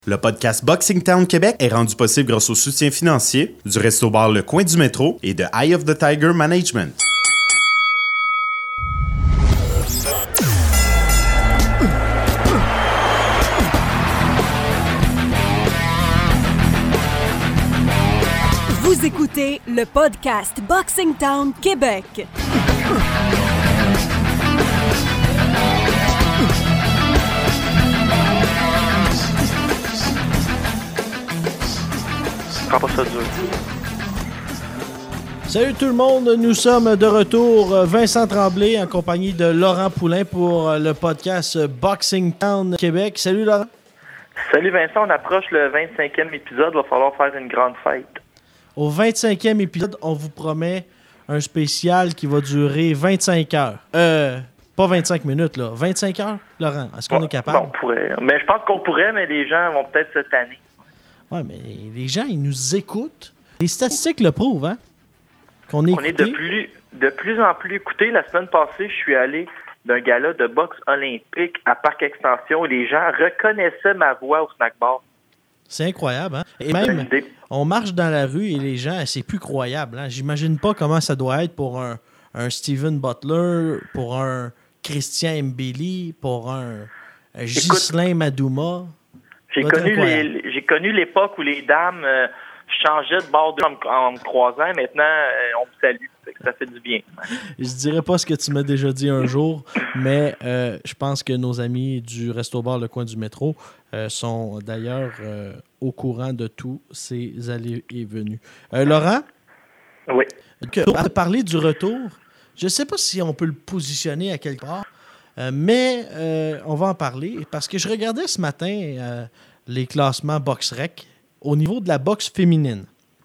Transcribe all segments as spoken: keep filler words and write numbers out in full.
Le podcast Boxing Town Québec est rendu possible grâce au soutien financier du Resto-Bar Le Coin du Métro et de Eye of the Tiger Management. Vous écoutez le podcast Boxing Town Québec. Pas ça dur. Salut tout le monde, nous sommes de retour, Vincent Tremblay en compagnie de Laurent Poulain pour le podcast Boxing Town Québec. Salut Laurent. Salut Vincent, on approche le vingt-cinquième épisode, va falloir faire une grande fête. Au vingt-cinquième épisode, on vous promet un spécial qui va durer vingt-cinq heures. Euh, pas vingt-cinq minutes là, vingt-cinq heures, Laurent. Est-ce qu'on bon, est capable? Bon, on pourrait. Mais je pense qu'on pourrait, mais les gens vont peut-être se tanner. Ouais, mais les gens, ils nous écoutent. Les statistiques le prouvent, hein? Qu'on est On est de plus, de plus en plus écoutés. La semaine passée, je suis allé d'un gala de boxe olympique à Parc Extension et les gens reconnaissaient ma voix au snack bar. C'est incroyable, hein? Et même, on marche dans la rue et les gens, c'est plus croyable, hein? J'imagine pas comment ça doit être pour un, un Steven Butler, pour un Christian Mbili, pour un, un Ghislain Madouma. J'ai connu, les, j'ai connu l'époque où les dames euh, changeaient de bord de en, en me croisant. Maintenant, euh, on me salue. Fait que ça fait du bien. Je dirais pas ce que tu m'as déjà dit un jour, mais euh, je pense que nos amis du Resto-Bar Le Coin du Métro euh, sont d'ailleurs euh, au courant de tous ces allées et venues. Euh, Laurent? Oui. Pour parler du retour, je sais pas si on peut le positionner à quelque part. Euh, mais euh, on va en parler parce que je regardais ce matin euh, les classements BoxRec au niveau de la boxe féminine.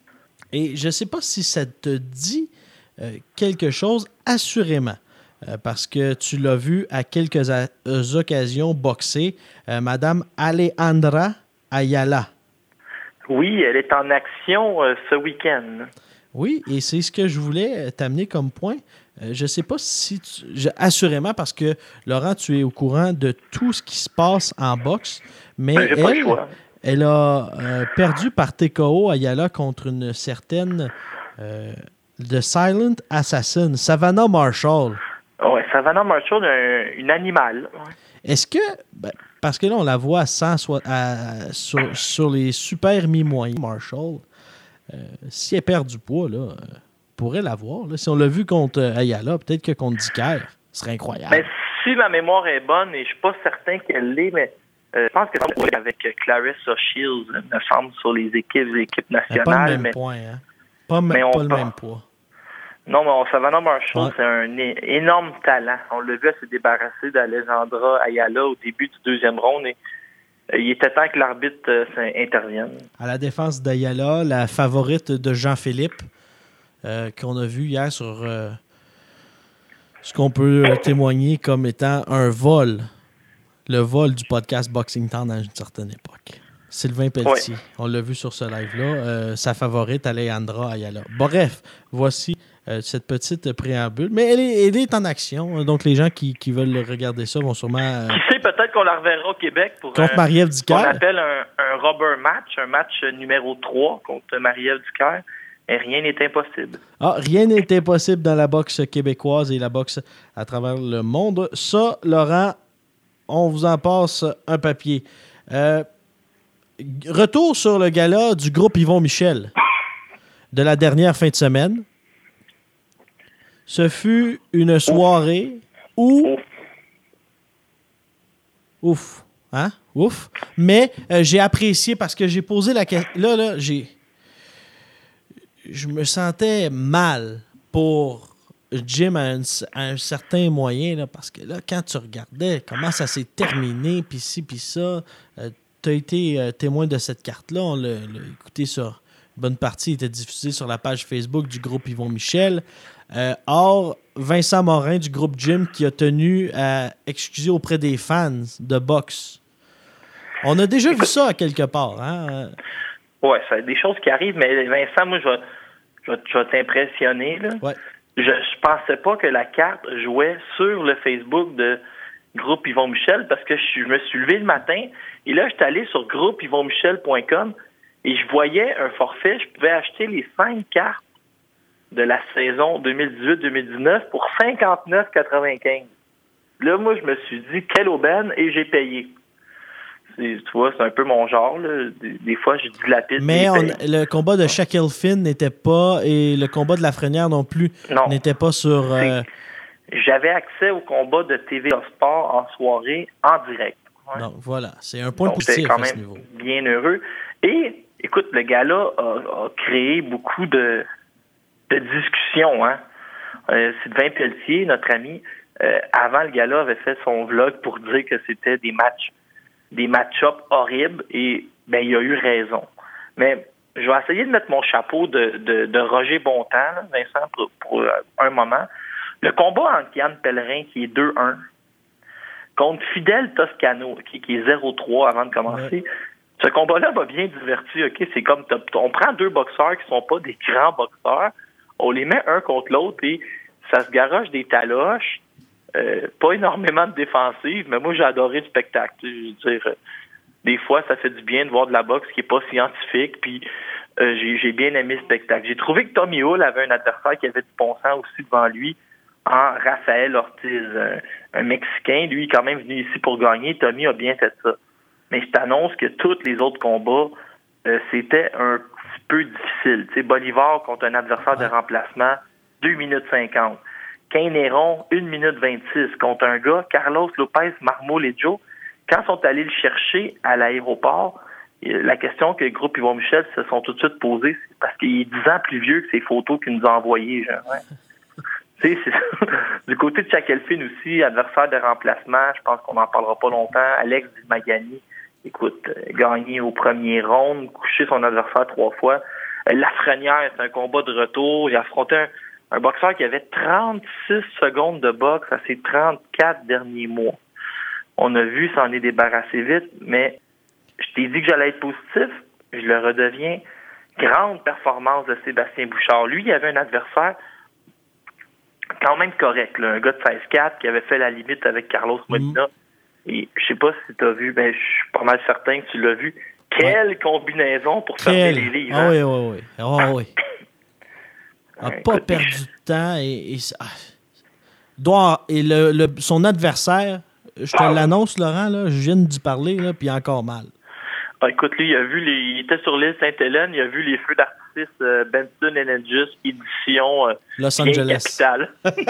Et je ne sais pas si ça te dit euh, quelque chose, assurément, euh, parce que tu l'as vu à quelques a- occasions boxer, euh, Madame Alejandra Ayala. Oui, elle est en action euh, ce week-end. Oui, et c'est ce que je voulais t'amener comme point. Euh, je ne sais pas si tu... Je, assurément, parce que, Laurent, tu es au courant de tout ce qui se passe en boxe, mais ben, j'ai elle, pas le choix. elle a euh, perdu par T K O Ayala contre une certaine euh, The Silent Assassin, Savannah Marshall. Oui, Savannah Marshall, un, une animale. Est-ce que... Ben, parce que là, on la voit à cent, à, sur, sur les super mi-moyens, Marshall. Euh, si elle perd du poids, là... Euh, pourrait l'avoir. Là. Si on l'a vu contre Ayala, peut-être que contre Dicker, ce serait incroyable. Mais si ma mémoire est bonne, et je suis pas certain qu'elle l'est, mais euh, je pense que c'est avec Clarissa Shields, me semble, sur les équipes, les équipes nationales. Pas le même mais, point, hein? Pas, me, mais pas on, le même poids. Non, mais on, Savannah Marshall, ouais. C'est un é- énorme talent. On l'a vu, elle s'est débarrassée d'Alejandra Ayala au début du deuxième round et euh, il était temps que l'arbitre euh, intervienne. À la défense d'Ayala, la favorite de Jean-Philippe, Euh, qu'on a vu hier sur euh, ce qu'on peut témoigner comme étant un vol, le vol du podcast Boxing Town à une certaine époque. Sylvain Pelletier, ouais. On l'a vu sur ce live-là, euh, sa favorite, Alejandra Ayala. Bref, voici euh, cette petite préambule, mais elle est, elle est en action, donc les gens qui, qui veulent regarder ça vont sûrement... Euh, qui sait, peut-être qu'on la reverra au Québec pour contre un, Marie-Ève Dicker. On appelle un, un rubber match, un match numéro trois contre Marie-Ève Dicker. Et rien n'est impossible. Ah, rien n'est impossible dans la boxe québécoise et la boxe à travers le monde. Ça, Laurent, on vous en passe un papier. Euh, retour sur le gala du groupe Yvon Michel de la dernière fin de semaine. Ce fut une soirée où... Ouf. Hein? Ouf. Mais euh, j'ai apprécié parce que j'ai posé la question... Là, là, j'ai... Je me sentais mal pour Jim à un, à un certain moyen, là, parce que là, quand tu regardais comment ça s'est terminé, puis ci, puis ça, euh, tu as été euh, témoin de cette carte-là. On l'a, l'a écouté sur... Une bonne partie était diffusée sur la page Facebook du groupe Yvon Michel. Euh, or, Vincent Morin du groupe Jim qui a tenu à excuser auprès des fans de boxe. On a déjà vu ça à quelque part, hein? Oui, c'est des choses qui arrivent, mais Vincent, moi, je vais, je vais, je vais t'impressionner. Là. Ouais. Je ne pensais pas que la carte jouait sur le Facebook de Groupe Yvon Michel parce que je, je me suis levé le matin et là, j'étais allé sur groupe yvon michel point com et je voyais un forfait. Je pouvais acheter les cinq cartes de la saison deux mille dix-huit deux mille dix-neuf pour cinquante-neuf quatre-vingt-quinze. Là, moi, je me suis dit, quelle aubaine, et j'ai payé. C'est, tu vois, c'est un peu mon genre. Là. Des, des fois, je dilapide. Mais on, le combat de Shaquille Finn n'était pas, et le combat de Lafrenière non plus non. n'était pas sur... Euh... J'avais accès au combat de T V A Sport en soirée, en direct. Ouais. Donc, voilà. C'est un point Donc, positif quand à ce même niveau. Bien heureux. Et, écoute, le gars-là a, a créé beaucoup de, de discussions. Hein. Euh, Sylvain Pelletier, notre ami, euh, avant, le gars-là avait fait son vlog pour dire que c'était des matchs, des match-ups horribles. Et, ben, il a eu raison. Mais je vais essayer de mettre mon chapeau de, de, de Roger Bontemps, là, Vincent, pour, pour euh, un moment. Le combat entre Yann Pellerin, qui est deux un, contre Fidel Toscano, qui, qui est zéro trois avant de commencer, ouais. Ce combat-là m'a bien diverti. Ok, c'est comme, on prend deux boxeurs qui sont pas des grands boxeurs, on les met un contre l'autre et ça se garoche des taloches, euh, pas énormément de défensive, mais moi, j'ai adoré le spectacle. Je veux dire, des fois, ça fait du bien de voir de la boxe qui est pas scientifique, puis euh, j'ai, j'ai bien aimé le spectacle. J'ai trouvé que Tommy Hull avait un adversaire qui avait du bon sens aussi devant lui, en Rafael Ortiz, un, un Mexicain, lui, quand même venu ici pour gagner. Tommy a bien fait ça. Mais je t'annonce que tous les autres combats, euh, c'était un petit peu difficile. Tu sais, Bolivar contre un adversaire de remplacement, deux minutes cinquante. Cain Héron, une minute vingt-six contre un gars, Carlos Lopez Marmolejo. Quand ils sont allés le chercher à l'aéroport, la question que le groupe Yvon Michel se sont tout de suite posées, c'est parce qu'il est dix ans plus vieux que ces photos qu'il nous a envoyées. Genre, ouais. Tu sais, c'est ça. Du côté de Shaquille Finn aussi, adversaire de remplacement, je pense qu'on n'en parlera pas longtemps. Alex Magani, écoute, euh, gagné au premier round, couché son adversaire trois fois. Euh, Lafrenière, c'est un combat de retour. Il a affronté un, un boxeur qui avait trente-six secondes de boxe à ses trente-quatre derniers mois. On a vu, ça en est débarrassé vite, mais je t'ai dit que j'allais être positif, je le redeviens. Grande performance de Sébastien Bouchard. Lui, il avait un adversaire quand même correct, là, un gars de seize quatre qui avait fait la limite avec Carlos Molina. Mmh. Et je sais pas si tu as vu, ben je suis pas mal certain que tu l'as vu. Quelle ouais. combinaison pour fermer les livres. Ah hein? oui, oui, oui. Ah oui. A pas écoute, perdu je... de temps et, et, ah, doit, et le, le, son adversaire, je te ah, l'annonce, Laurent, là, je viens d'y parler, là, puis encore mal. Ah, écoute, lui, il a vu les, il était sur l'île Sainte-Hélène, il a vu les feux d'artifice euh, Benson and Hedges, édition euh, Los Angeles. Capitale.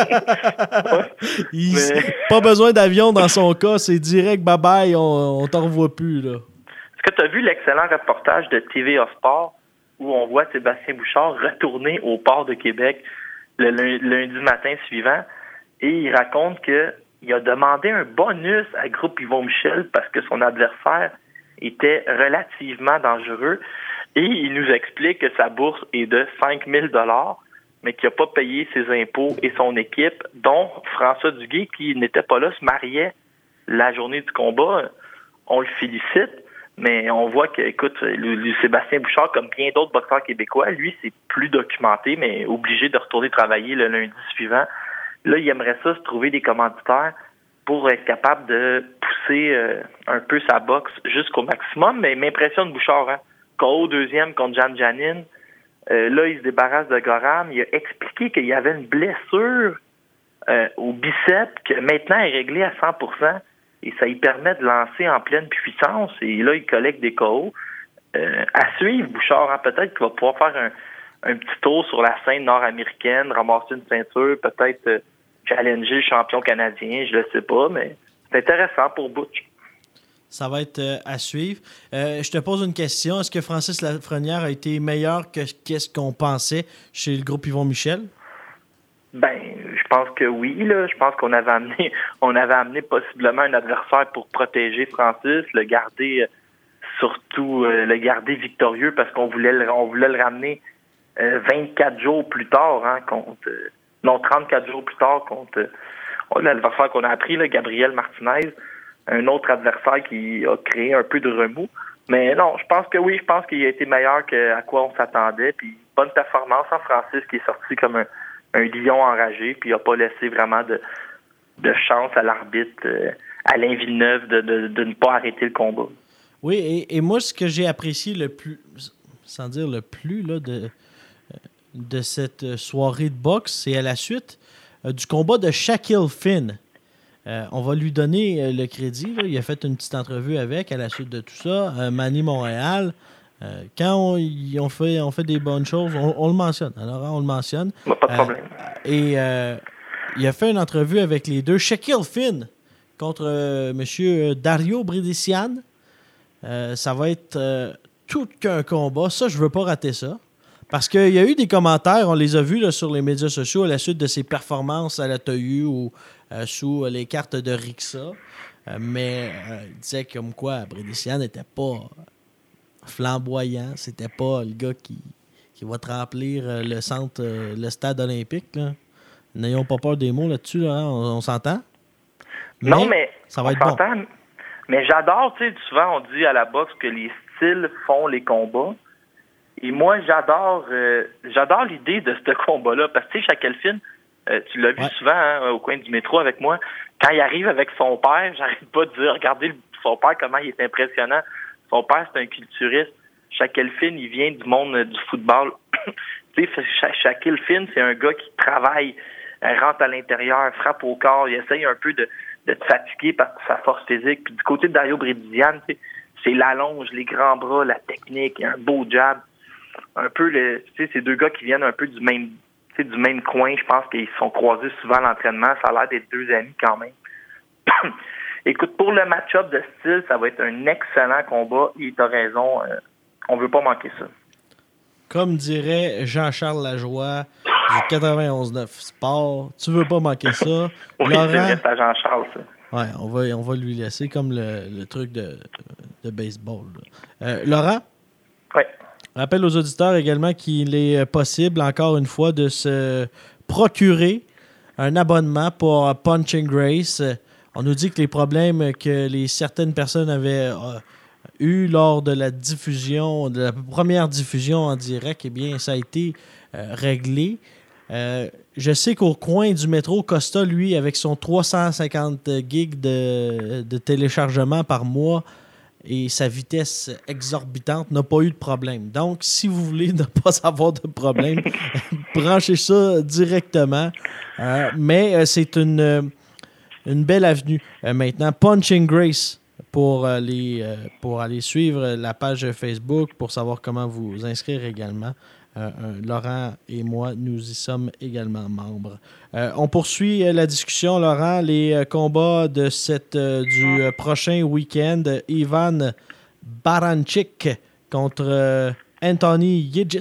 ouais. il, Mais... Pas besoin d'avion dans son cas, c'est direct, bye-bye, on, on t'en revoit plus, là. Est-ce que tu as vu l'excellent reportage de T V A Sport où on voit Sébastien Bouchard retourner au port de Québec le lundi matin suivant et il raconte qu'il a demandé un bonus à Groupe Yvon Michel parce que son adversaire était relativement dangereux et il nous explique que sa bourse est de cinq mille dollars mais qu'il n'a pas payé ses impôts et son équipe, dont François Duguay, qui n'était pas là, se mariait la journée du combat. On le félicite, mais on voit que, écoute, le, le Sébastien Bouchard, comme bien d'autres boxeurs québécois, lui, c'est plus documenté, mais obligé de retourner travailler le lundi suivant. Là, il aimerait ça se trouver des commanditaires pour être capable de pousser euh, un peu sa boxe jusqu'au maximum. Mais il m'impressionne Bouchard, hein. K O deuxième contre Jan Janin. Euh, là, il se débarrasse de Gorham. Il a expliqué qu'il y avait une blessure euh, au biceps que maintenant est réglée à cent pour cent et ça lui permet de lancer en pleine puissance. Et là, il collecte des K O. Euh, à suivre, Bouchard, hein, peut-être qu'il va pouvoir faire un, un petit tour sur la scène nord-américaine, ramasser une ceinture, peut-être euh, challenger le champion canadien, je le sais pas, mais c'est intéressant pour Butch. Ça va être euh, à suivre. Euh, je te pose une question. Est-ce que Francis Lafrenière a été meilleur que qu'est-ce qu'on pensait chez le groupe Yvon Michel? Ben, je pense que oui, là. Je pense qu'on avait amené on avait amené possiblement un adversaire pour protéger Francis, le garder euh, surtout euh, le garder victorieux parce qu'on voulait le, on voulait le ramener euh, vingt-quatre jours plus tard, hein, contre euh, non, trente-quatre jours plus tard contre euh, l'adversaire qu'on a appris, là, Gabriel Martinez, un autre adversaire qui a créé un peu de remous. Mais non, je pense que oui, je pense qu'il a été meilleur qu'à quoi on s'attendait. Puis bonne performance en Francis qui est sorti comme un, un lion enragé, puis il n'a pas laissé vraiment de, de chance à l'arbitre. Euh, Alain Villeneuve de, de, de ne pas arrêter le combat. Oui, et, et moi, ce que j'ai apprécié le plus, sans dire le plus, là, de, de cette soirée de boxe, c'est à la suite euh, du combat de Shaquille Finn. Euh, on va lui donner euh, le crédit. Là. Il a fait une petite entrevue avec à la suite de tout ça. Euh, Manny Montréal. Euh, quand on, y, on, fait, on fait des bonnes choses, on, on le mentionne. Alors, on le mentionne. Bah, pas de problème. Euh, et euh, il a fait une entrevue avec les deux. Shaquille Finn contre euh, M. Dario Bredesian. Euh, ça va être euh, tout qu'un combat. Ça, je veux pas rater ça. Parce qu'il y a eu des commentaires, on les a vus là, sur les médias sociaux à la suite de ses performances à la T U ou euh, sous les cartes de Rixa. Euh, mais euh, il disait comme quoi Bredesian n'était pas flamboyant. C'était pas le gars qui, qui va te remplir euh, le centre, euh, le stade olympique. Là. N'ayons pas peur des mots là-dessus. Là, hein? on, on s'entend? Mais non, mais ça va on être s'entend. Bon. Mais j'adore, tu sais, souvent on dit à la boxe que les styles font les combats. Et moi, j'adore euh, j'adore l'idée de ce combat-là. Parce que, tu sais, Shaquille Finn, euh, tu l'as vu ouais. souvent hein, au coin du métro avec moi, quand il arrive avec son père, j'arrête pas de dire, regardez son père, comment il est impressionnant. Son père, c'est un culturiste. Shaquille Finn, il vient du monde euh, du football. Tu sais, Shaquille Finn, c'est un gars qui travaille, euh, rentre à l'intérieur, frappe au corps, il essaye un peu de, de te fatiguer par sa force physique. Puis du côté de Dario Bredesian, tu sais, c'est l'allonge, les grands bras, la technique, un beau jab. Un peu, le, tu sais, ces deux gars qui viennent un peu du même, tu sais, du même coin. Je pense qu'ils se sont croisés souvent à l'entraînement. Ça a l'air d'être deux amis quand même. Écoute, pour le match-up de style, ça va être un excellent combat. Et tu as raison, euh, on veut pas manquer ça. Comme dirait Jean-Charles Lajoie du quatre-vingt-onze neuf Sport, tu veux pas manquer ça. Oui, Laurent, c'est vrai, c'est à Jean-Charles, ça. Ouais, on va, on va lui laisser comme le, le truc de, de baseball. Euh, Laurent? Oui. Rappelle aux auditeurs également qu'il est possible, encore une fois, de se procurer un abonnement pour Punching Grace. On nous dit que les problèmes que les certaines personnes avaient euh, eu lors de la diffusion, de la première diffusion en direct, eh bien, ça a été euh, réglé. Euh, je sais qu'au coin du métro, Costa, lui, avec son trois cent cinquante gigs de, de téléchargement par mois, et sa vitesse exorbitante n'a pas eu de problème. Donc, si vous voulez ne pas avoir de problème, branchez ça directement. Euh, mais euh, c'est une, euh, une belle avenue. Euh, maintenant, Punching Grace pour, euh, les, euh, pour aller suivre la page Facebook, pour savoir comment vous inscrire également. Euh, euh, Laurent et moi, nous y sommes également membres. Euh, on poursuit euh, la discussion, Laurent. Les euh, combats de cette, euh, du euh, prochain week-end. Ivan Baranchyk contre euh, Anthony Yigit.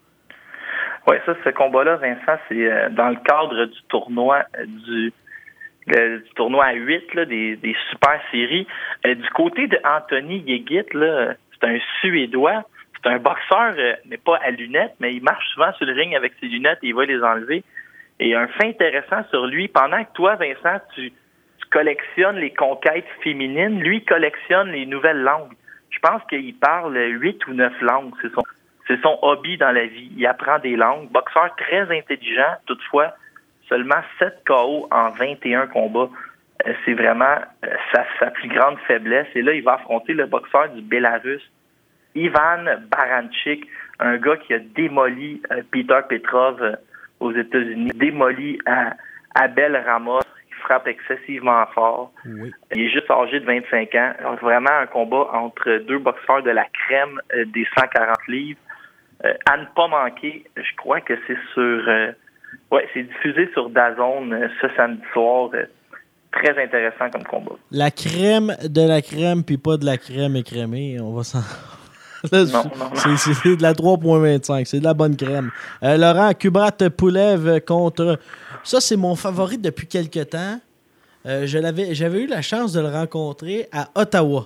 Oui, ça, ce combat-là, Vincent, c'est euh, dans le cadre du tournoi euh, du, le, du tournoi à huit, là, des, des super séries. Euh, du côté de Anthony Yigit, là, c'est un Suédois. C'est un boxeur, euh, mais pas à lunettes, mais il marche souvent sur le ring avec ses lunettes et il va les enlever. Et un fait intéressant sur lui, pendant que toi, Vincent, tu, tu collectionnes les conquêtes féminines, lui collectionne les nouvelles langues. Je pense qu'il parle huit ou neuf langues. C'est son, c'est son hobby dans la vie. Il apprend des langues. Boxeur très intelligent, toutefois, seulement sept K O en vingt et un combats. Euh, c'est vraiment euh, sa, sa plus grande faiblesse. Et là, il va affronter le boxeur du Bélarus, Ivan Baranchyk, un gars qui a démoli euh, Peter Petrov euh, aux États-Unis, démoli à Abel Ramos, qui frappe excessivement fort. Oui. Il est juste âgé de vingt-cinq ans. Donc, vraiment un combat entre deux boxeurs de la crème euh, des cent quarante livres. Euh, à ne pas manquer, je crois que c'est sur... Euh, ouais, c'est diffusé sur DAZN euh, ce samedi soir. Euh, très intéressant comme combat. La crème de la crème, puis pas de la crème écrémée. On va s'en... Là, non, non, non. C'est, c'est de la trois virgule vingt-cinq. C'est de la bonne crème. Euh, Laurent, Kubrat Pulev contre... Ça, c'est mon favori depuis quelque temps. Euh, je l'avais, j'avais eu la chance de le rencontrer à Ottawa.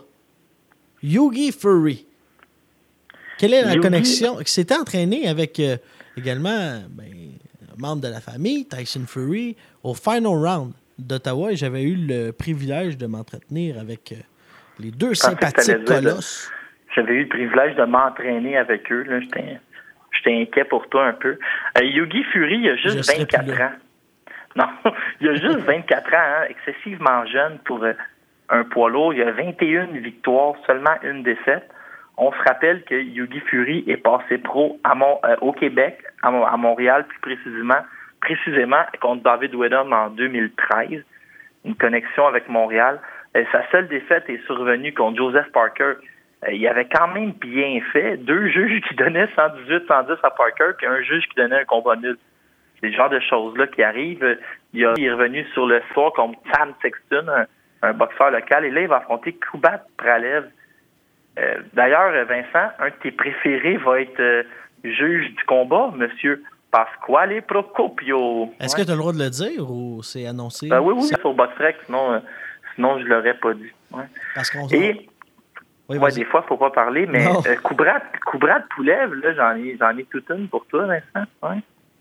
Yugi Fury. Quelle est la Yugi? Connexion? Il s'était entraîné avec euh, également ben, un membre de la famille, Tyson Fury, au Final Round d'Ottawa. Et j'avais eu le privilège de m'entretenir avec euh, les deux sympathiques colosses. J'avais eu le privilège de m'entraîner avec eux. Là. J'étais, j'étais inquiet pour toi un peu. Euh, Yugi Fury, il a juste vingt-quatre ans. Non, il a juste vingt-quatre ans, hein, excessivement jeune pour euh, un poids lourd. Il y a vingt et une victoires, seulement une défaite. On se rappelle que Yugi Fury est passé pro à Mon- euh, au Québec, à, Mon- à Montréal plus précisément, précisément contre David Wedham en deux mille treize. Une connexion avec Montréal. Euh, sa seule défaite est survenue contre Joseph Parker. Euh, il avait quand même bien fait. Deux juges qui donnaient cent dix-huit cent dix à Parker, puis un juge qui donnait un combat nul. C'est le genre de choses-là qui arrivent. Il, a, il est revenu sur le soir contre Sam Sexton, un, un boxeur local, et là, il va affronter Kubrat Pulev. Euh, d'ailleurs, Vincent, un de tes préférés va être euh, juge du combat, monsieur Pasquale Procopio. Est-ce ouais. que tu as le droit de le dire ou c'est annoncé? Ben oui, oui, c'est... sur BoxRec, sinon, euh, sinon je l'aurais pas dit. Ouais. Parce qu'on Et, oui, ouais, des fois, il ne faut pas parler, mais euh, Kubrat, Kubrat Pulev, là, j'en ai, j'en ai toute une pour toi, Vincent. Ouais.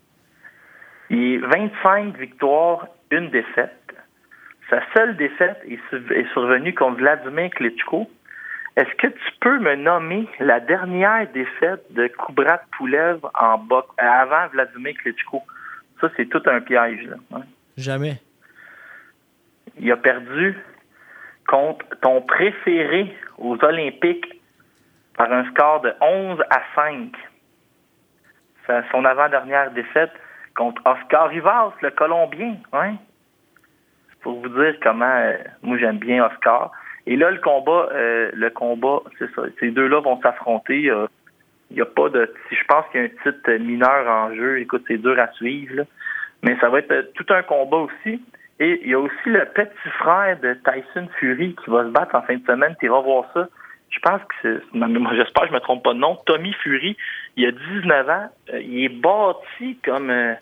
Il est vingt-cinq victoires, une défaite. Sa seule défaite est, su- est survenue contre Vladimir Klitschko. Est-ce que tu peux me nommer la dernière défaite de Kubrat Pulev en boxe avant Vladimir Klitschko? Ça, c'est tout un piège, là. Ouais. Jamais. Il a perdu contre ton préféré aux Olympiques par un score de onze à cinq. C'est son avant-dernière défaite contre Oscar Rivas, le Colombien. Ouais. C'est pour vous dire comment euh, moi j'aime bien Oscar. Et là, le combat, euh, le combat, c'est ça. Ces deux-là vont s'affronter. Euh, il n'y a pas de. Si je pense qu'il y a un titre mineur en jeu, écoute, c'est dur à suivre, là. Mais ça va être euh, tout un combat aussi. Et il y a aussi le petit frère de Tyson Fury qui va se battre en fin de semaine. Tu iras voir ça. Je pense que c'est. Moi, j'espère que je me trompe pas de nom. Tommy Fury, il a dix-neuf ans. Euh, il est bâti comme. Euh,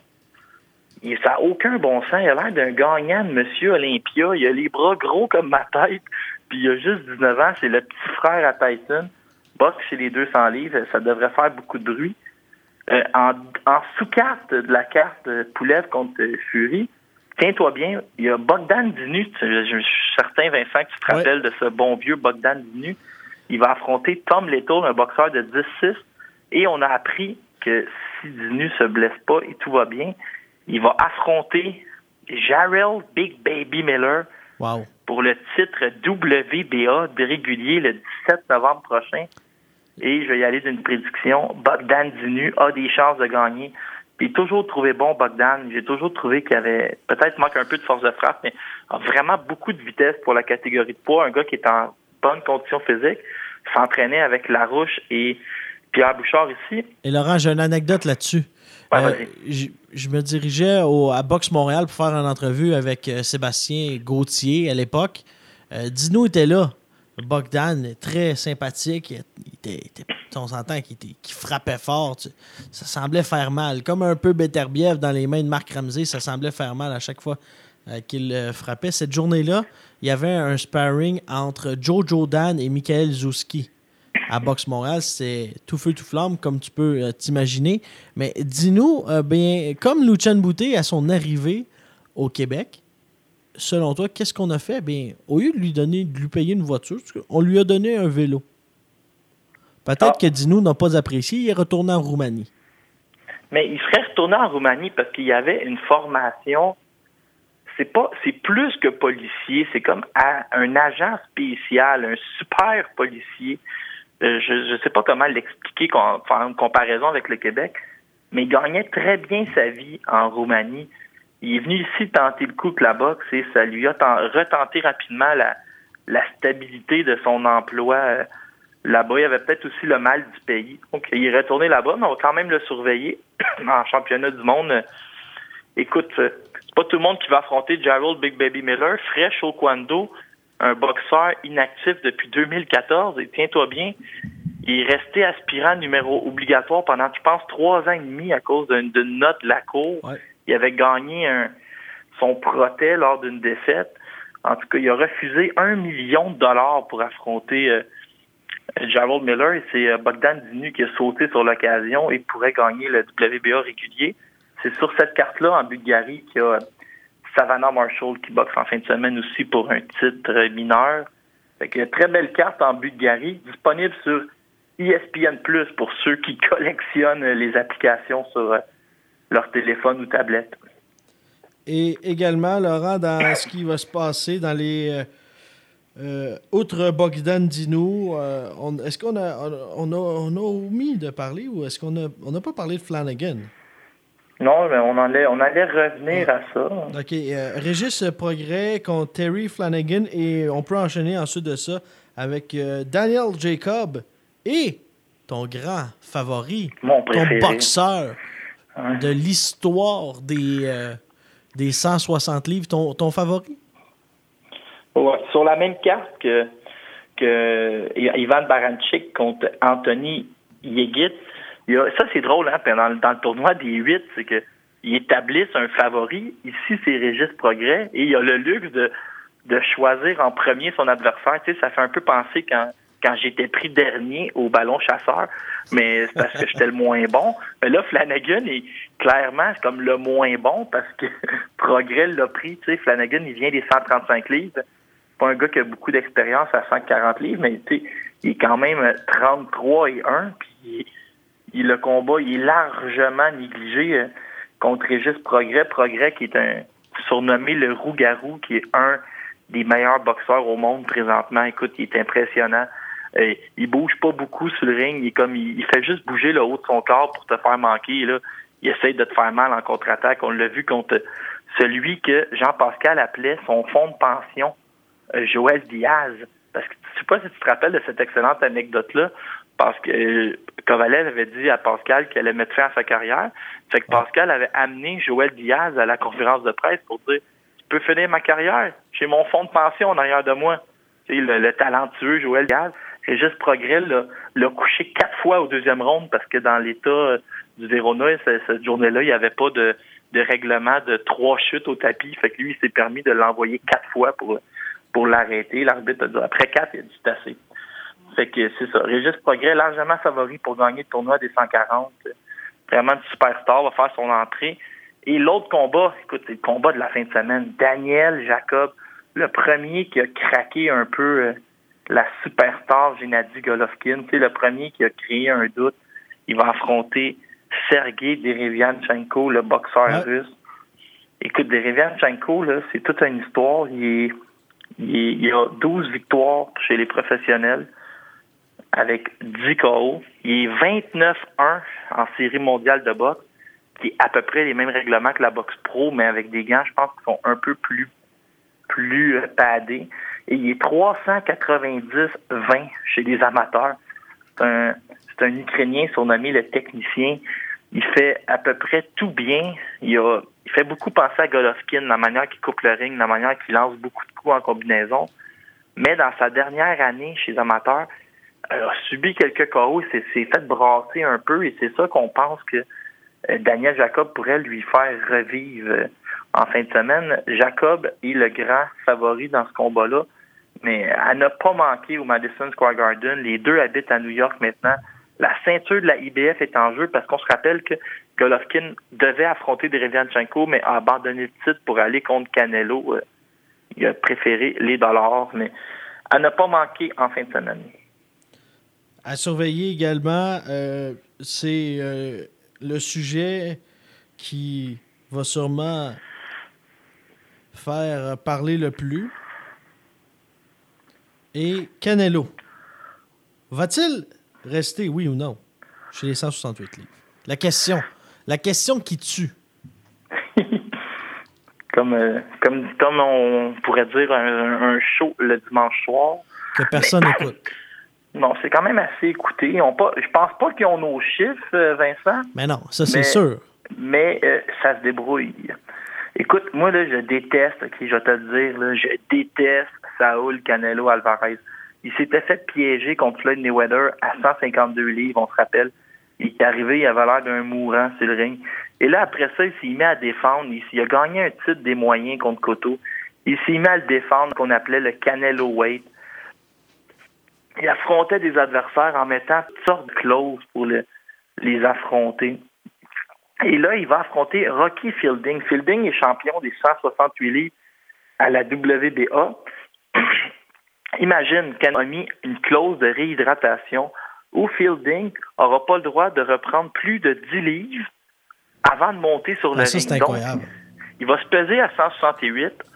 il, ça n'a aucun bon sens. Il a l'air d'un gagnant de Monsieur Olympia. Il a les bras gros comme ma tête. Puis il a juste dix-neuf ans. C'est le petit frère à Tyson. Boxe chez les deux cents livres. Ça devrait faire beaucoup de bruit. Euh, en, en sous-carte de la carte euh, Pulev contre euh, Fury, tiens-toi bien, il y a Bogdan Dinu. Je, je suis certain, Vincent, que tu te rappelles ouais. de ce bon vieux Bogdan Dinu. Il va affronter Tom Little, un boxeur de dix six. Et on a appris que si Dinu se blesse pas et tout va bien, il va affronter Jarrell Big Baby Miller wow. pour le titre W B A de régulier le dix-sept novembre prochain. Et je vais y aller d'une prédiction. Bogdan Dinu a des chances de gagner. J'ai toujours trouvé bon Bogdan. J'ai toujours trouvé qu'il avait peut-être manque un peu de force de frappe, mais a vraiment beaucoup de vitesse pour la catégorie de poids. Un gars qui est en bonne condition physique, s'entraînait avec Larouche et Pierre Bouchard ici. Et Laurent, j'ai une anecdote là-dessus. Ouais, euh, je, je me dirigeais au, à Boxe Montréal pour faire une entrevue avec euh, Sébastien Gauthier à l'époque. Euh, Dino était là. Bogdan, très sympathique. Il était, était, on s'entend qu'il, était, qu'il frappait fort. Tu, ça semblait faire mal. Comme un peu Beterbiev dans les mains de Marc Ramsey, ça semblait faire mal à chaque fois euh, qu'il euh, frappait. Cette journée-là, il y avait un sparring entre Joe Jordan et Michael Zouski à Boxe Montréal. C'était tout feu, tout flamme, comme tu peux euh, t'imaginer. Mais dis-nous, euh, bien, comme Lucien Boutet à son arrivée au Québec, selon toi, qu'est-ce qu'on a fait? Bien, au lieu de lui donner, de lui payer une voiture, on lui a donné un vélo. Peut-être ah. que Dino n'a pas apprécié, il est retourné en Roumanie. Mais il serait retourné en Roumanie parce qu'il y avait une formation. C'est pas, c'est plus que policier, c'est comme à, un agent spécial, un super policier. Euh, je ne sais pas comment l'expliquer, faire une comparaison avec le Québec, mais il gagnait très bien sa vie en Roumanie. Il est venu ici tenter le coup que la boxe et ça lui a ten- retenté rapidement la, la stabilité de son emploi euh, là-bas. Il y avait peut-être aussi le mal du pays. Donc, il est retourné là-bas, mais on va quand même le surveiller en championnat du monde. Écoute, c'est pas tout le monde qui va affronter Jarrell Big Baby Miller, Fresh Oquendo, un boxeur inactif depuis deux mille quatorze. Et tiens-toi bien, il est resté aspirant numéro obligatoire pendant, je pense, trois ans et demi à cause d'une, d'une note de la cour. Ouais. Il avait gagné un, son protège lors d'une défaite. En tout cas, il a refusé un million de dollars pour affronter euh, Jarrell Miller. Et c'est euh, Bogdan Dinu qui a sauté sur l'occasion et pourrait gagner le W B A régulier. C'est sur cette carte-là, en Bulgarie, qu'il y a Savannah Marshall qui boxe en fin de semaine aussi pour un titre mineur. Fait que très belle carte en Bulgarie, disponible sur E S P N plus, pour ceux qui collectionnent les applications sur leur téléphone ou tablette. Et également, Laurent, dans ce qui va se passer dans les, euh, euh, outre Bogdan Dino, euh, on, est-ce qu'on a on, a, on a omis de parler ou est-ce qu'on a on n'a pas parlé de Flanagan? Non, mais on, allait, on allait revenir ouais. à ça. OK. Euh, Régis Progrès contre Terry Flanagan et on peut enchaîner ensuite de ça avec euh, Daniel Jacob et ton grand favori, Mon ton préféré. boxeur Ouais. de l'histoire des, euh, des cent soixante livres, ton, ton favori? Ouais, sur la même carte que, que Ivan Baranchyk contre Anthony Yegit, il y a, ça c'est drôle, hein, dans, dans le tournoi des huit, c'est que ils établissent un favori. Ici, c'est Régis Progrès et il a le luxe de, de choisir en premier son adversaire. Tu sais, ça fait un peu penser quand, quand j'étais pris dernier au ballon chasseur, mais c'est parce que j'étais le moins bon. Mais là, Flanagan est clairement comme le moins bon parce que Progrès l'a pris. Tu sais, Flanagan, il vient des cent trente-cinq livres. C'est pas un gars qui a beaucoup d'expérience à cent quarante livres, mais tu sais, il est quand même trente-trois et un, puis il, le combat, il est largement négligé euh, contre Régis Progrès. Progrès qui est un surnommé le Roux-Garou, qui est un des meilleurs boxeurs au monde présentement. Écoute, il est impressionnant. Euh, il bouge pas beaucoup sur le ring. Il est comme il, il fait juste bouger le haut de son corps pour te faire manquer. Là, il essaie de te faire mal en contre-attaque. On l'a vu contre celui que Jean-Pascal appelait son fonds de pension, euh, Joël Diaz. Parce que je sais pas si tu te rappelles de cette excellente anecdote-là, parce que euh, Kovalev avait dit à Pascal qu'elle allait mettre fin à sa carrière. Fait que Pascal avait amené Joël Diaz à la conférence de presse pour dire « Tu peux finir ma carrière, j'ai mon fonds de pension en arrière de moi. » Tu sais, le, le talentueux Joël Diaz. Régis Progrès l'a, l'a couché quatre fois au deuxième round parce que dans l'état du Verona, cette journée-là, il n'y avait pas de, de règlement de trois chutes au tapis. Fait que lui, il s'est permis de l'envoyer quatre fois pour, pour l'arrêter. L'arbitre a dit après quatre, il a dit c'est assez. Fait que c'est ça. Régis Progrès, largement favori pour gagner le tournoi des cent quarante. Vraiment une superstar, va faire son entrée. Et l'autre combat, écoute, c'est le combat de la fin de semaine. Daniel Jacob, le premier qui a craqué un peu euh, la superstar Gennady Golovkin. Tu sais, le premier qui a créé un doute. Il va affronter Sergei Derevianchenko, le boxeur ouais. russe. Écoute, Derevianchenko, là, c'est toute une histoire. Il, est, il, est, il a douze victoires chez les professionnels avec dix K O. Il est vingt-neuf un en série mondiale de boxe, qui est à peu près les mêmes règlements que la boxe pro, mais avec des gants, je pense, qui sont un peu plus, plus euh, padés. Et il est trois cent quatre-vingt-dix vingt chez les amateurs. C'est un, c'est un Ukrainien surnommé le technicien. Il fait à peu près tout bien. Il, a, il fait beaucoup penser à Golovkin, la manière qu'il coupe le ring, la manière qu'il lance beaucoup de coups en combinaison. Mais dans sa dernière année chez les amateurs, il a subi quelques K O, il s'est, s'est fait brasser un peu et c'est ça qu'on pense que euh, Daniel Jacob pourrait lui faire revivre euh, en fin de semaine. Jacob est le grand favori dans ce combat-là, mais elle n'a pas manqué au Madison Square Garden. Les deux habitent à New York maintenant. La ceinture de la I B F est en jeu parce qu'on se rappelle que Golovkin devait affronter Derevianchenko, mais a abandonné le titre pour aller contre Canelo. Euh, il a préféré les dollars, mais elle n'a pas manqué en fin de semaine. À surveiller également, euh, c'est euh, le sujet qui va sûrement faire parler le plus. Et Canelo, va-t-il rester, oui ou non, chez les cent soixante-huit livres? La question, la question qui tue. comme, euh, comme, comme on pourrait dire un, un show le dimanche soir. Que personne n'écoute. Non, c'est quand même assez écouté. On pas, je pense pas qu'ils ont nos chiffres, Vincent. Mais non, ça c'est mais, sûr. Mais euh, ça se débrouille. Écoute, moi, là, je déteste, ok, je vais te le dire, là, je déteste Saúl Canelo Alvarez. Il s'était fait piéger contre Floyd Mayweather à cent cinquante-deux livres, on se rappelle. Il est arrivé, il avait l'air d'un mourant sur le ring. Et là, après ça, il s'est mis à défendre. Il, il a gagné un titre des moyens contre Cotto. Il s'est mis à le défendre, qu'on appelait le Canelo Weight. Il affrontait des adversaires en mettant toutes sortes de clauses pour le, les affronter. Et là, il va affronter Rocky Fielding. Fielding est champion des cent soixante-huit livres à la W B A. Imagine qu'elle a mis une clause de réhydratation où Fielding n'aura pas le droit de reprendre plus de dix livres avant de monter sur le ah, ça, ring. C'est incroyable. Donc, il va se peser à cent soixante-huit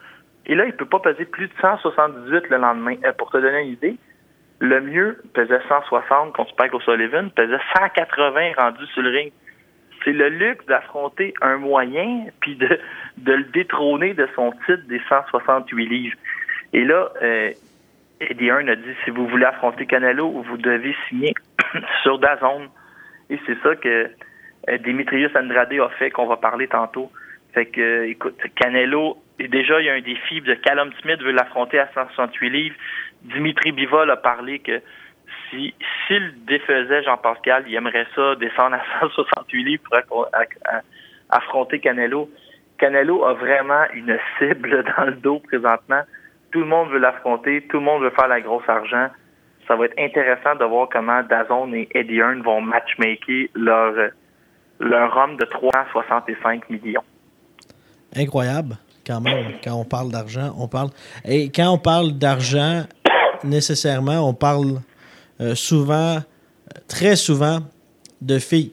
Et là, il ne peut pas peser plus de cent soixante-dix-huit le lendemain. Euh, pour te donner une idée, le mieux pesait cent soixante contre Spike O'Sullivan, pesait cent quatre-vingts rendu sur le ring. C'est le luxe d'affronter un moyen puis de, de le détrôner de son titre des cent soixante-huit livres. Et là, euh, Eddie Hearn a dit, si vous voulez affronter Canelo, vous devez signer sur DAZN. Et c'est ça que euh, Demetrius Andrade a fait, qu'on va parler tantôt. Fait que, euh, écoute, Canelo, et déjà, il y a un défi de Callum Smith veut l'affronter à cent soixante-huit livres. Dimitri Bivol a parlé que si s'il défaisait Jean-Pascal, il aimerait ça descendre à cent soixante-huit livres pour affronter Canelo. Canelo a vraiment une cible dans le dos présentement. Tout le monde veut l'affronter, tout le monde veut faire la grosse argent. Ça va être intéressant de voir comment DAZN et Eddie Hearn vont matchmaker leur, leur homme de trois cent soixante-cinq millions. Incroyable, quand même, quand on parle d'argent, on parle... Et quand on parle d'argent, nécessairement, on parle euh, souvent, très souvent, de filles.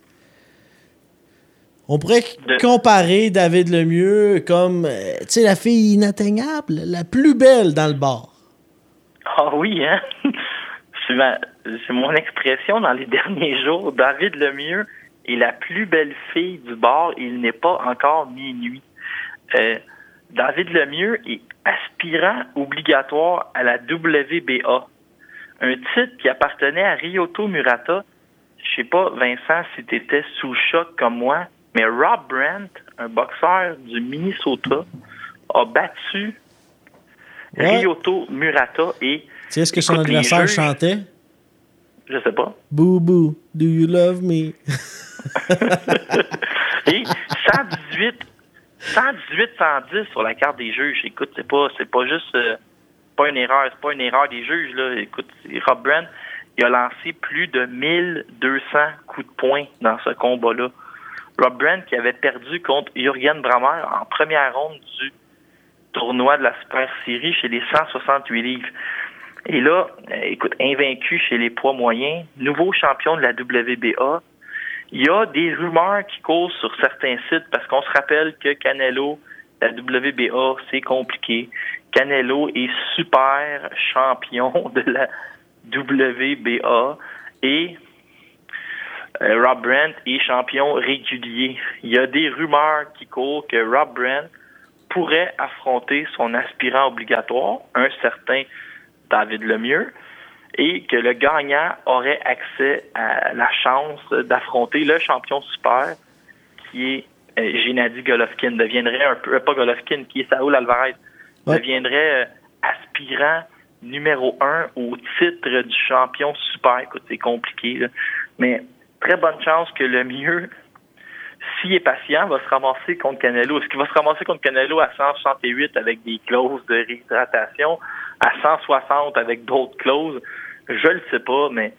On pourrait de... comparer David Lemieux comme, euh, tu sais, la fille inatteignable, la plus belle dans le bar. Ah oui, hein? C'est, ma... C'est mon expression dans les derniers jours. David Lemieux est la plus belle fille du bar et il n'est pas encore minuit. Euh, David Lemieux est aspirant obligatoire à la W B A. Un titre qui appartenait à Ryoto Murata. Je sais pas, Vincent, si tu étais sous choc comme moi, mais Rob Brandt, un boxeur du Minnesota, a battu ouais. Ryoto Murata et... Tu sais, est-ce que son adversaire juges, chantait? Je sais pas. Boo boo, do you love me? Et cent dix-huit, cent dix-huit cent dix sur la carte des juges. Écoute, c'est pas, c'est pas juste... Euh, pas une erreur, c'est pas une erreur des juges, là. Écoute, Rob Brandt, il a lancé plus de mille deux cents coups de poing dans ce combat-là. Rob Brandt qui avait perdu contre Jürgen Brammer en première ronde du tournoi de la Super Série chez les cent soixante-huit livres. Et là, euh, écoute, invaincu chez les poids moyens, nouveau champion de la W B A. Il y a des rumeurs qui courent sur certains sites parce qu'on se rappelle que Canelo, la W B A, c'est compliqué. Canelo est super champion de la W B A et euh, Rob Brandt est champion régulier. Il y a des rumeurs qui courent que Rob Brandt pourrait affronter son aspirant obligatoire, un certain David Lemieux, et que le gagnant aurait accès à la chance d'affronter le champion super, qui est euh, Gennady Golovkin, deviendrait un peu, pas Golovkin, qui est Saúl Alvarez, ouais. deviendrait euh, aspirant numéro un au titre du champion super. Écoute, c'est compliqué, là. Mais très bonne chance que Lemieux, s'il est patient, va se ramasser contre Canelo. Est-ce qu'il va se ramasser contre Canelo à cent soixante-huit avec des clauses de réhydratation, à cent soixante avec d'autres clauses? Je le sais pas, mais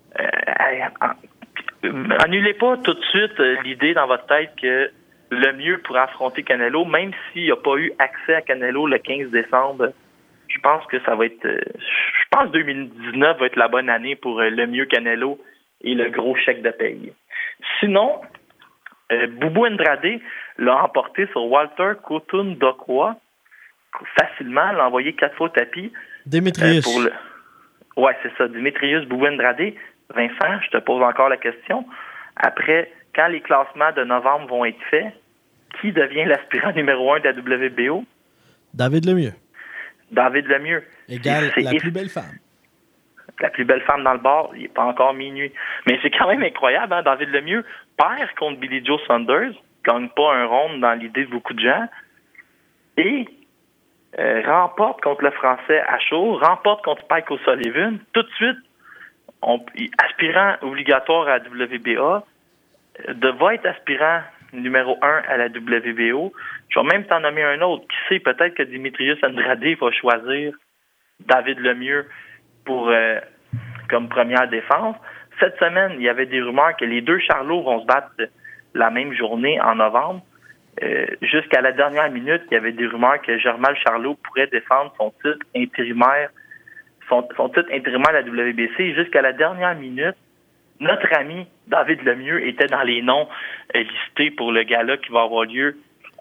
euh, annulez pas tout de suite l'idée dans votre tête que Lemieux pourrait affronter Canelo, même s'il n'a pas eu accès à Canelo le quinze décembre. Je pense que ça va être... Je pense que deux mille dix-neuf va être la bonne année pour Lemieux Canelo et le gros chèque de paye. Sinon, euh, Boubou Andrade l'a emporté sur Walter Kotun Dokwa facilement, l'a envoyé quatre fois au tapis. Demetrius. Euh, pour le... Ouais, c'est ça, Demetrius Boubou Andrade. Vincent, je te pose encore la question. Après, quand les classements de novembre vont être faits, qui devient l'aspirant numéro un de la W B O? David Lemieux. David Lemieux. Égale la plus belle femme. La plus belle femme dans le bar, il n'est pas encore minuit. Mais c'est quand même incroyable, hein? David Lemieux perd contre Billy Joe Saunders, gagne pas un round dans l'idée de beaucoup de gens, et euh, remporte contre le Français à chaud, remporte contre Spike O'Sullivan. Tout de suite, on, aspirant obligatoire à la W B A, devait être aspirant numéro un à la W B O. Je vais même t'en nommer un autre. Qui sait, peut-être que Demetrius Andrade va choisir David Lemieux pour euh, comme première défense. Cette semaine, il y avait des rumeurs que les deux Charlots vont se battre la même journée en novembre. Euh, jusqu'à la dernière minute, il y avait des rumeurs que Jermall Charlot pourrait défendre son titre intérimaire, son, son titre intérimaire à la W B C. Jusqu'à la dernière minute, notre ami David Lemieux était dans les noms euh, listés pour le gala qui va avoir lieu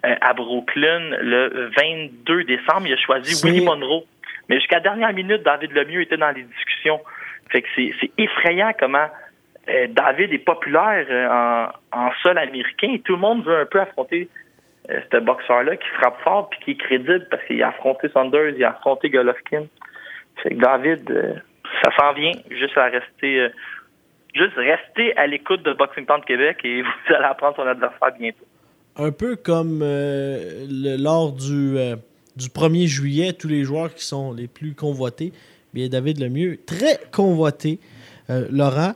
euh, à Brooklyn le vingt-deux décembre. Il a choisi C'est... Willie Monroe. Mais jusqu'à la dernière minute, David Lemieux était dans les discussions. Fait que c'est, c'est effrayant comment euh, David est populaire euh, en, en sol américain. Et tout le monde veut un peu affronter euh, ce boxeur-là qui frappe fort puis qui est crédible parce qu'il a affronté Saunders, il a affronté Golovkin. Fait que David, euh, ça s'en vient. Juste à rester, euh, juste rester à l'écoute de Boxing Town de Québec et vous allez apprendre son adversaire bientôt. Un peu comme euh, le, lors du, euh, du premier juillet, tous les joueurs qui sont les plus convoités. Bien, David Lemieux, très convoité. Euh, Laurent,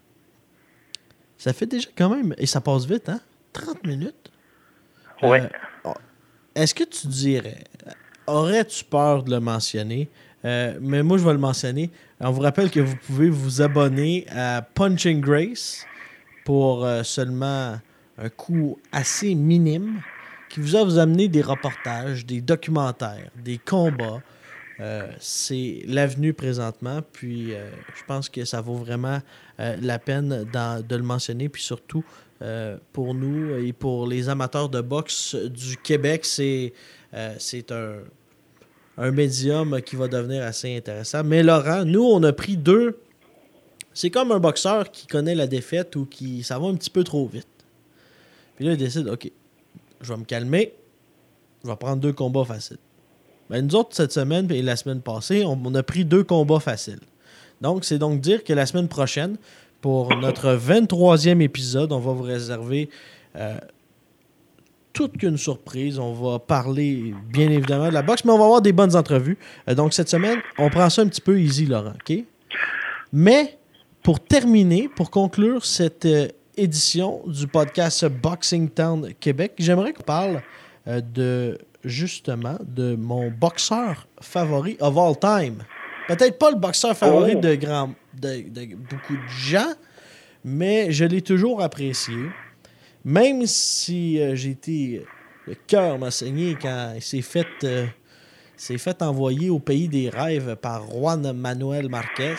ça fait déjà quand même, et ça passe vite, hein? trente minutes. Oui. Euh, est-ce que tu dirais, aurais-tu peur de le mentionner? Euh, mais moi, je vais le mentionner. On vous rappelle que vous pouvez vous abonner à Punching Grace pour euh, seulement un coût assez minime qui vous a vous amener des reportages, des documentaires, des combats. Euh, c'est l'avenue présentement, puis euh, je pense que ça vaut vraiment euh, la peine dans, de le mentionner, puis surtout euh, pour nous et pour les amateurs de boxe du Québec, c'est, euh, c'est un, un médium qui va devenir assez intéressant. Mais Laurent, nous, on a pris deux. C'est comme un boxeur qui connaît la défaite ou qui ça va un petit peu trop vite. Puis là, il décide, OK, je vais me calmer, je vais prendre deux combats faciles. Ben, nous autres, cette semaine et la semaine passée, on, on a pris deux combats faciles. Donc, c'est donc dire que la semaine prochaine, pour notre vingt-troisième épisode, on va vous réserver euh, toute qu'une surprise. On va parler, bien évidemment, de la boxe, mais on va avoir des bonnes entrevues. Euh, donc, cette semaine, on prend ça un petit peu easy, Laurent, OK? Mais, pour terminer, pour conclure cette euh, édition du podcast Boxing Town Québec, j'aimerais qu'on parle euh, de... justement, de mon boxeur favori of all time. Peut-être pas le boxeur favori oh. de, grand, de, de beaucoup de gens, mais je l'ai toujours apprécié. Même si euh, j'ai été... Le cœur m'a saigné quand il s'est fait, euh, s'est fait envoyer au pays des rêves par Juan Manuel Marquez.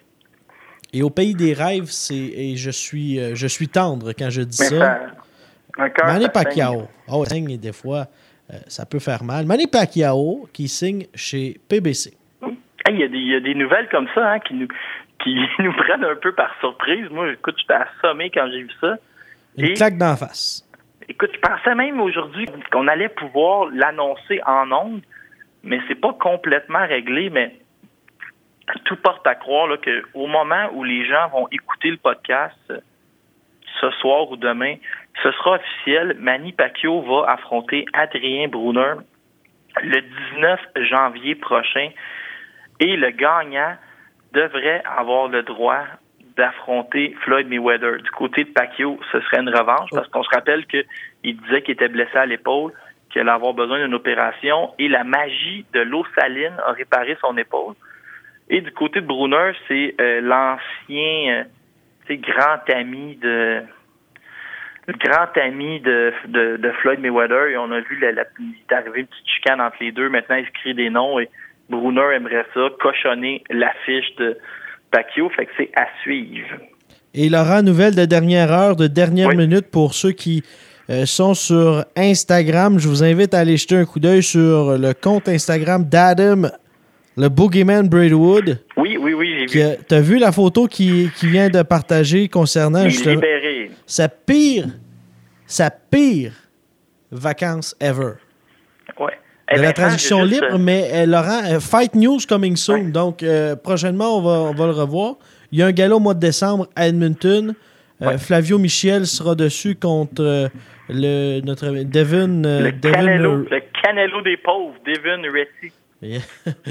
Et au pays des rêves, c'est... Et je suis, euh, je suis tendre quand je dis Mais ça. ça Manny Pacquiao. Oh, ça saigne des fois... Euh, ça peut faire mal. Manny Pacquiao qui signe chez P B C. Il hey, y, y a des nouvelles comme ça hein, qui, nous, qui nous prennent un peu par surprise. Moi, écoute, j'étais assommé quand j'ai vu ça. Une Et, claque d'en face. Écoute, je pensais même aujourd'hui qu'on allait pouvoir l'annoncer en ondes, mais c'est pas complètement réglé, mais tout porte à croire là, qu'au moment où les gens vont écouter le podcast ce soir ou demain, ce sera officiel. Manny Pacquiao va affronter Adrien Brunner le dix-neuf janvier prochain. Et le gagnant devrait avoir le droit d'affronter Floyd Mayweather. Du côté de Pacquiao, ce serait une revanche parce qu'on se rappelle qu'il disait qu'il était blessé à l'épaule, qu'il allait avoir besoin d'une opération et la magie de l'eau saline a réparé son épaule. Et du côté de Brunner, c'est euh, l'ancien euh, grand ami de... le grand ami de, de, de Floyd Mayweather, et on a vu, la, la, il est arrivé une petite chicane entre les deux. Maintenant, il se crie des noms, et Brunner aimerait ça, cochonner l'affiche de Pacquiao, fait que c'est à suivre. Et Laurent, nouvelle de dernière heure, de dernière oui. minute pour ceux qui euh, sont sur Instagram. Je vous invite à aller jeter un coup d'œil sur le compte Instagram d'Adam, le Boogeyman Braidwood. Oui, oui, oui, j'ai vu. Tu as vu la photo qu'il qui vient de partager concernant... Il est justement, libéré. sa pire, sa pire vacances ever. Ouais. De Eh la ben, traduction juste, libre, mais euh, Laurent, euh, Fight News coming soon. Ouais. Donc, euh, prochainement, on va, on va le revoir. Il y a un gala au mois de décembre à Edmonton. Euh, ouais. Flavio Michel sera dessus contre euh, le, notre Devin... Euh, le, Devin Canelo, euh, le Canelo des pauvres, Devin Retty. Yeah.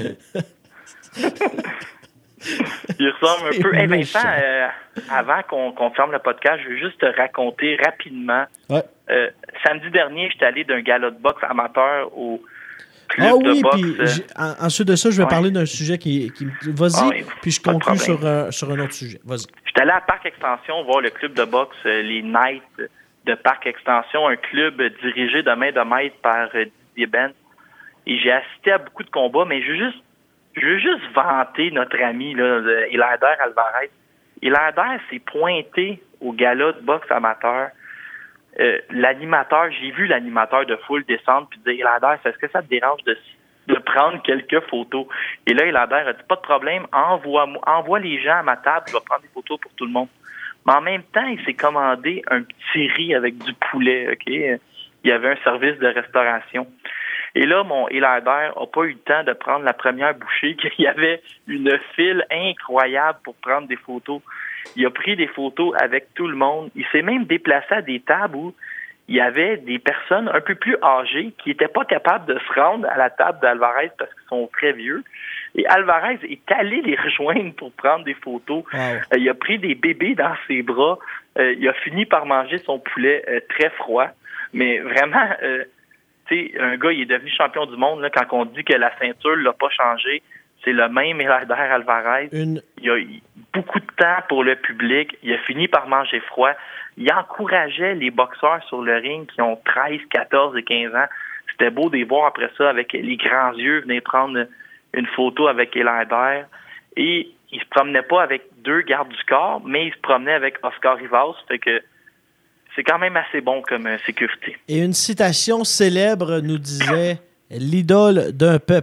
Il ressemble un C'est peu. Hey méchant. Vincent, euh, avant qu'on, qu'on ferme le podcast, je veux juste te raconter rapidement. Ouais. Euh, samedi dernier, j'étais allé d'un gala de boxe amateur au club Ah oui, de boxe. puis euh, j'ai- en- ensuite de ça, je vais ouais. parler d'un sujet qui... qui vas-y, Ah oui, puis je pas de conclue problème. sur, euh, sur un autre sujet. Vas-y. J'étais allé à Parc Extension voir le club de boxe, euh, les Knights de Parc Extension, un club euh, dirigé de main de maître par euh, Didier Ben. Et j'ai assisté à beaucoup de combats, mais je veux juste, je veux juste vanter notre ami, là, euh, Hilaire Alvarez. Hilaire s'est pointé au gala de boxe amateur euh, l'animateur, j'ai vu l'animateur de foule descendre puis dire, Helander, est-ce que ça te dérange de, de prendre quelques photos? Et là, Helander a dit, pas de problème, envoie, envoie les gens à ma table, je vais prendre des photos pour tout le monde. Mais en même temps, il s'est commandé un petit riz avec du poulet, OK? Il y avait un service de restauration. Et là, mon Helander n'a pas eu le temps de prendre la première bouchée, qu'il y avait une file incroyable pour prendre des photos. Il a pris des photos avec tout le monde. Il s'est même déplacé à des tables où il y avait des personnes un peu plus âgées qui n'étaient pas capables de se rendre à la table d'Alvarez parce qu'ils sont très vieux. Et Alvarez est allé les rejoindre pour prendre des photos. Wow. Euh, il a pris des bébés dans ses bras. Euh, il a fini par manger son poulet euh, très froid. Mais vraiment, euh, tu sais, un gars, il est devenu champion du monde là, quand on dit que la ceinture l'a pas changé. C'est le même Helander Alvarez. Une... Il a eu beaucoup de temps pour le public. Il a fini par manger froid. Il encourageait les boxeurs sur le ring qui ont treize, quatorze et quinze ans. C'était beau de les voir après ça avec les grands yeux venir prendre une photo avec Helander. Et il se promenait pas avec deux gardes du corps, mais il se promenait avec Oscar Rivas. Fait que c'est quand même assez bon comme euh, sécurité. Et une citation célèbre nous disait « L'idole d'un peuple ».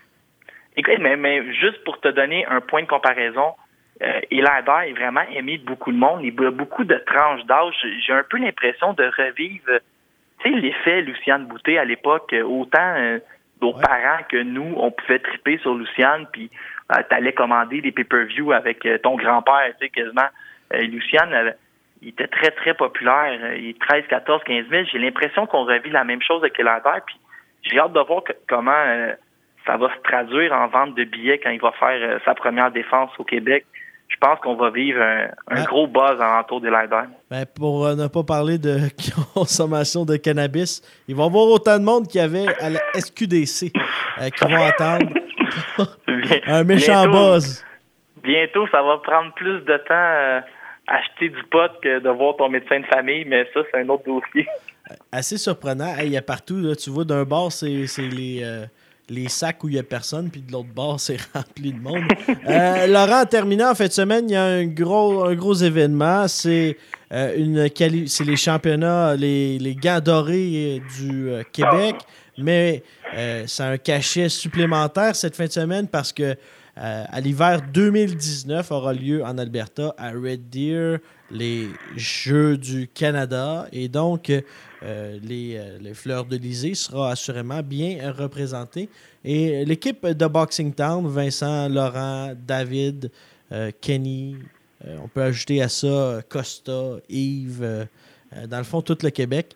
Écoute, mais, mais juste pour te donner un point de comparaison, euh, Helander est vraiment aimé de beaucoup de monde. Il a beaucoup de tranches d'âge. J'ai un peu l'impression de revivre, tu sais, l'effet Luciane Boutet à l'époque. Autant euh, nos ouais. parents que nous, on pouvait triper sur Luciane, puis euh, t'allais commander des pay-per-view avec euh, ton grand-père, tu sais, quasiment. Euh, Luciane, euh, il était très, très populaire. Il est treize, quatorze, quinze mille. J'ai l'impression qu'on revit la même chose avec Helander, puis j'ai hâte de voir que, comment... Euh, ça va se traduire en vente de billets quand il va faire euh, sa première défense au Québec. Je pense qu'on va vivre un, un ah. gros buzz alentour des Helander. Ben pour euh, ne pas parler de consommation de cannabis, il va y avoir autant de monde qu'il y avait à la S Q D C euh, qui vont attendre un méchant bientôt, buzz. Bientôt, ça va prendre plus de temps euh, acheter du pot que de voir ton médecin de famille, mais ça, c'est un autre dossier. Assez surprenant. Il hey, y a partout, là, tu vois, d'un bord, c'est, c'est les... Euh, les sacs où il n'y a personne, puis de l'autre bord, c'est rempli de monde. Euh, Laurent, en terminant, en fin de semaine, il y a un gros, un gros événement. C'est, euh, une quali- c'est les championnats, les, les gants dorés du euh, Québec, mais euh, c'est un cachet supplémentaire cette fin de semaine parce que euh, à l'hiver deux mille dix-neuf aura lieu en Alberta, à Red Deer, les Jeux du Canada. Et donc, euh, les, euh, les Fleurs de l'Elysée sera assurément bien représentée. Et l'équipe de Boxing Town, Vincent, Laurent, David, euh, Kenny, euh, on peut ajouter à ça Costa, Yves, euh, euh, dans le fond, tout le Québec.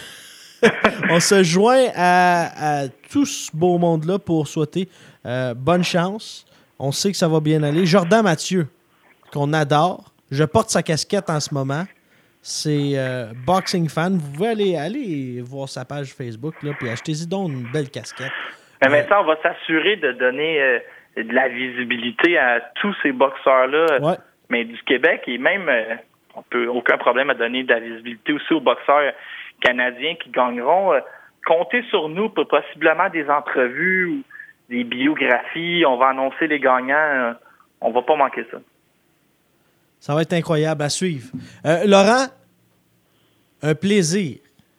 On se joint à, à tout ce beau monde-là pour souhaiter euh, bonne chance. On sait que ça va bien aller. Jordan Mathieu, qu'on adore. Je porte sa casquette en ce moment. C'est euh, Boxing Fan. Vous pouvez aller, aller voir sa page Facebook là, puis achetez-y donc une belle casquette. Mais maintenant, on va s'assurer de donner euh, de la visibilité à tous ces boxeurs-là, ouais. mais du Québec. Et même, euh, on peut aucun problème à donner de la visibilité aussi aux boxeurs canadiens qui gagneront. Euh, comptez sur nous pour possiblement des entrevues ou des biographies. On va annoncer les gagnants. Euh, on va pas manquer ça. Ça va être incroyable à suivre. Euh, Laurent, un plaisir.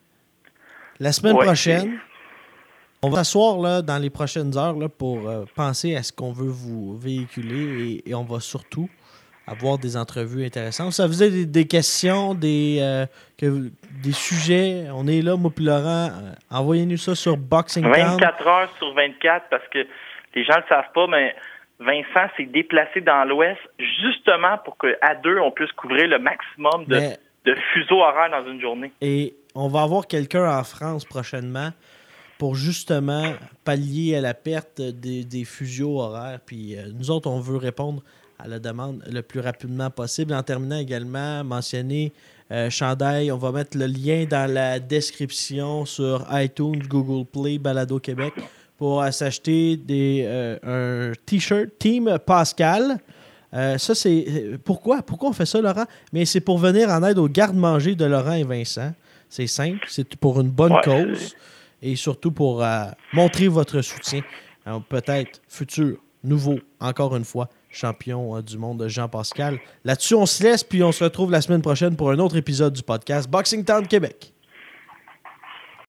La semaine ouais, prochaine, on va s'asseoir là, dans les prochaines heures là, pour euh, penser à ce qu'on veut vous véhiculer et, et on va surtout avoir des entrevues intéressantes. Ça vous a des, des questions, des, euh, que, des sujets, on est là, moi puis Laurent. Euh, envoyez-nous ça sur Boxing Town. vingt-quatre heures sur vingt-quatre, parce que les gens ne le savent pas, mais Vincent s'est déplacé dans l'Ouest justement pour qu'à deux, on puisse couvrir le maximum de, mais, de fuseaux horaires dans une journée. Et on va avoir quelqu'un en France prochainement pour justement pallier à la perte des, des fuseaux horaires. Puis euh, nous autres, on veut répondre à la demande le plus rapidement possible. En terminant également, mentionner euh, chandail. On va mettre le lien dans la description sur iTunes, Google Play, Balado Québec pour euh, s'acheter des, euh, un T-shirt Team Pascal. Euh, ça, c'est... Pourquoi? Pourquoi on fait ça, Laurent? Mais c'est pour venir en aide aux gardes-manger de Laurent et Vincent. C'est simple. C'est pour une bonne ouais, cause c'est... et surtout pour euh, montrer votre soutien. Alors, peut-être futur, nouveau, encore une fois, champion euh, du monde Jean Pascal. Là-dessus, on se laisse, puis on se retrouve la semaine prochaine pour un autre épisode du podcast Boxing Town Québec.